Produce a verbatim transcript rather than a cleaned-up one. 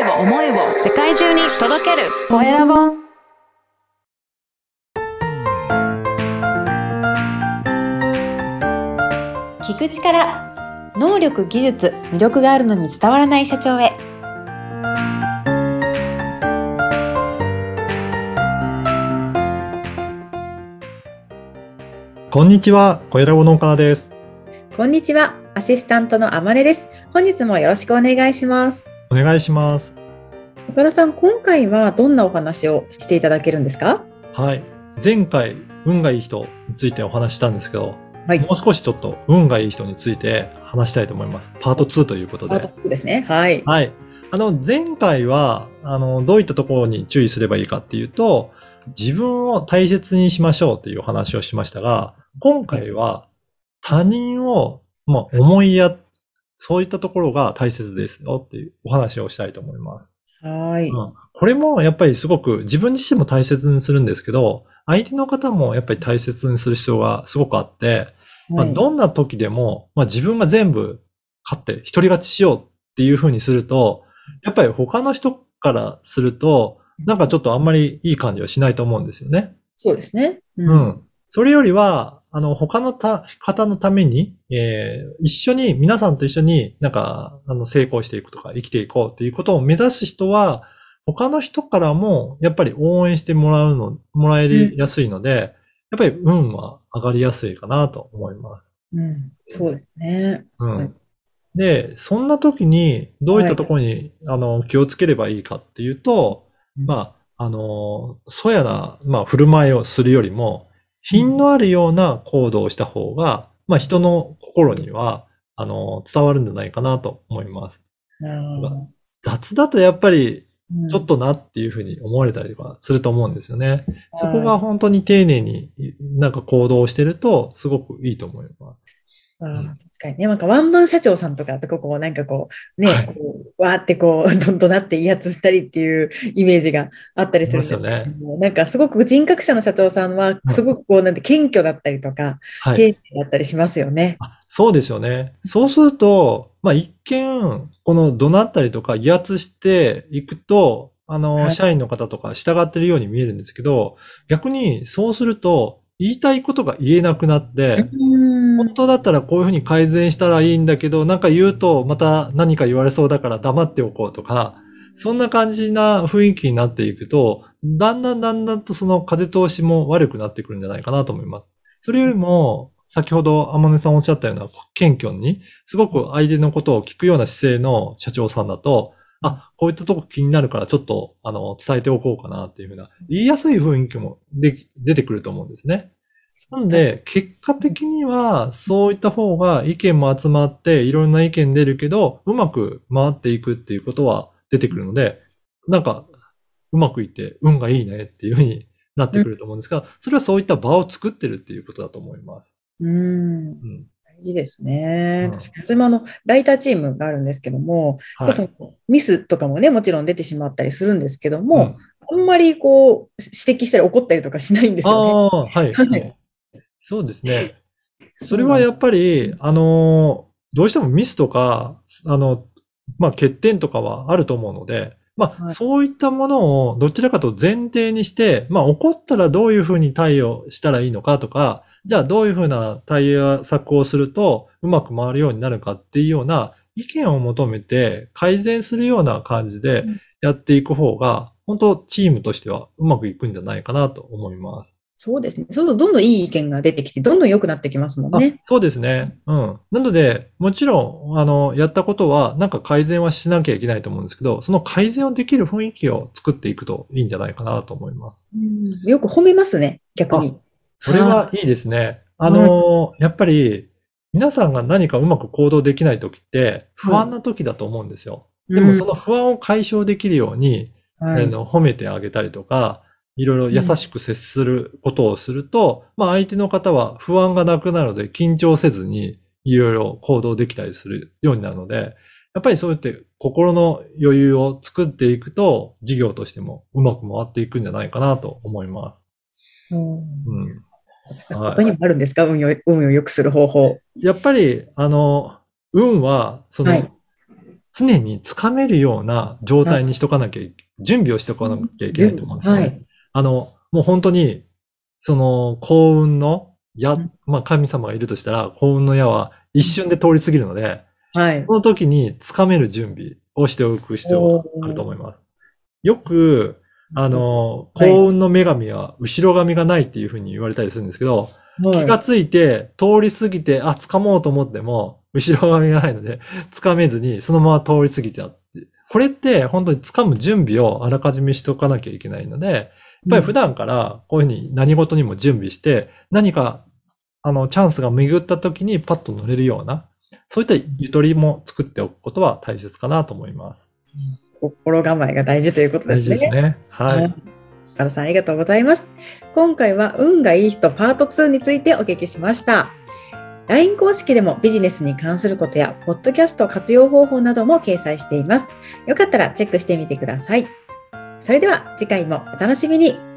を思いを世界中に届けるコエラボ。 聞く力、能力、技術、魅力があるのに伝わらない社長へ。 こんにちは、コエラボの岡田です。 こんにちは、アシスタントのあまねです。本日もよろしくお願いします。 お願いします。 岡田さん、今回はどんなお話をしていただけるんですか？ はい、前回運がいい人についてお話したんですけど、 はい、 もう少しちょっと運がいい人について話したいと思います。パートツーということで。 パートツーですね。はい。 はい。あの、前回は、あの、どういったところに注意すればいいかっていうと、自分を大切にしましょうというお話をしましたが、今回は他人を、まあ、思いや、そういったところが大切ですよっていうお話をしたいと思います。 はい、 うん。これもやっぱりすごく自分自身も大切にするんですけど、相手の方もやっぱり大切にする必要がすごくあって、まあ、 はい、 どんな時でも、まあ、自分が全部勝って一人勝ちしようっていう風にすると、やっぱり他の人からすると、なんかちょっとあんまりいい感じはしないと思うんですよね。 そうですね。うん。 うん。それよりは、あの、他のた方のために、えー一緒に、皆さんと一緒になんか、あの、成功していくとか、生きていこうっていうことを目指す人は、他の人からも、やっぱり応援してもらうの、もらえやすいので、やっぱり運は上がりやすいかなと思います。 うん、そうですね。 う確かに。 ん。で、そんな時に、どういっはい。 たところに、あの、気をつければいいかっていうと、 うんまあ、あの、そやな、まあ、振る舞いをするよりも、 うん品のあるような行動をした方が、まあ、人の心には、あの、伝わるんじゃないかなと思います。 あー雑だとやっぱり、 うんちょっとなっていうふうに思われたりとかすると思うんですよね。そこがはい。 本当に丁寧になんか行動をしてると、すごくいいと思います。 あーうん。 確かにね、なんかワンマン社長さんとかってこう、なんかこう、ね、こはい。 う、わーってこう、どんどんなって威圧したりっていうイメージがあったりいまするんですけれすよね。 ども、なんかすごく人格者の社長さんは、 うん。 すごくこう、なんて謙虚だったりとか、 はい。 丁寧だったりしますよね。 あ、そうですよね。そうすると、まあ、一見、この怒鳴ったりとか威圧していくと、あの、 はい。 社員の方とか従ってるように見えるんですけど、逆にそうすると、言いたいことが言えなくなっうて、 ーん。 本当だったらこういうふうに改善したらいいんだけど、なんか言うとまた何か言われそうだから黙っておこうとか、そんな感じな雰囲気になっていくと、だんだんだんだんとその風通しも悪くなってくるんじゃないかなと思います。それよりも、先ほど天音さんおっしゃったような謙虚に、すごく相手のことを聞くような姿勢の社長さんだと、あ、こういったとこ気になるからちょっと、あの、伝えておこうかなっていうふうな、言いやすい雰囲気もで出てくると思うんですね。なんで、結果的には、そういった方が意見も集まって、いろんな意見出るけど、うまく回っていくっていうことは出てくるので、なんか、うまくいって、運がいいねっていうふうになってくると思うんですが、それはそういった場を作ってるっていうことだと思います。 うーん。 うん。 大事ですね。確うん。 かに。私もあの、ライターチームがあるんですけども、やっぱそはい。 のミスとかもね、もちろん出てしまったりするんですけども、 うん。 あんまりこう、指摘したり怒ったりとかしないんであすよね。 あ、はい、 はい。 はい。そうですね。そそうなんです。 れはやっぱり、あの、どうしてもミスとか、あの、まあ、欠点とかはあると思うので、まあ、 はい。 そういったものをどちらかと前提にして、まあ、起こったらどういうふうに対応したらいいのかとか、じゃあどういうふうな対策をするとうまく回るようになるかっていうような意見を求めて改善するような感じでやっていく方が、本当チームとしてはうまくいくんじゃないかなと思います。 そうですね。そうするとどんどんいい意見が出てきて、どんどん良くなってきますもんあ、 ね。 そうですね。うん。なので、もちろん、あの、やったことは、なんか改善はしなきゃいけないと思うんですけど、その改善をできる雰囲気を作っていくといいんじゃないかなと思います。 うん、よく褒めますね、逆あ、 に。 それははいいですね。あい。はい。 の、やっぱり、皆さんが何かうまく行動できないときって、不安はい。 なときだと思うんですよ。でも、 うん。 その不安を解消できるように、あはい。 の、褒めてあげたりとか、いろいろ優うん。 しく接することをすると、まあ相手の方は不安がなくなるので緊張せずにいろいろ行動できたりするようになるので、やっぱりそうやって心の余裕を作っていくと事業としてもうまく回っていくんじゃないかなと思います。 うん。 うん。 なんかは他にもあるんですか？運を、運を良くする方法。 い。やっぱり、あの、運は、その、 はい。 常につかめるような状態にしとかなきゃ、準備をしておかなきゃいけないと思うんですよね。 はい、 あの、もう本当に、その幸運の矢、まあ神様がいるとしたら、幸運の矢は一瞬で通り過ぎるので、 はい。 その時につかめる準備をしておく必要があると思います。よく、あの、 はい幸運の女神は後ろ髪がないっていうふうに言われたりするんですけど、 はい気がついて通り過ぎて、あ、掴もうと思っても、後ろ髪がないので、掴めずにそのまま通り過ぎちゃって。これって本当に掴む準備をあらかじめしておかなきゃいけないので、やっぱり普段からこういうふうに何事にも準備して、何か、あの、チャンスが巡った時にパッと乗れるような、そういったゆとりも作っておくことは大切かなと思います。 心構えが大事ということですね。 大事ですね。はい。 岡田さんありがとうございます。今回は運がいい人パートツーについてお聞きしました。ライン 公式でもビジネスに関することやポッドキャスト活用方法なども掲載しています。よかったらチェックしてみてください。それでは次回もお楽しみに。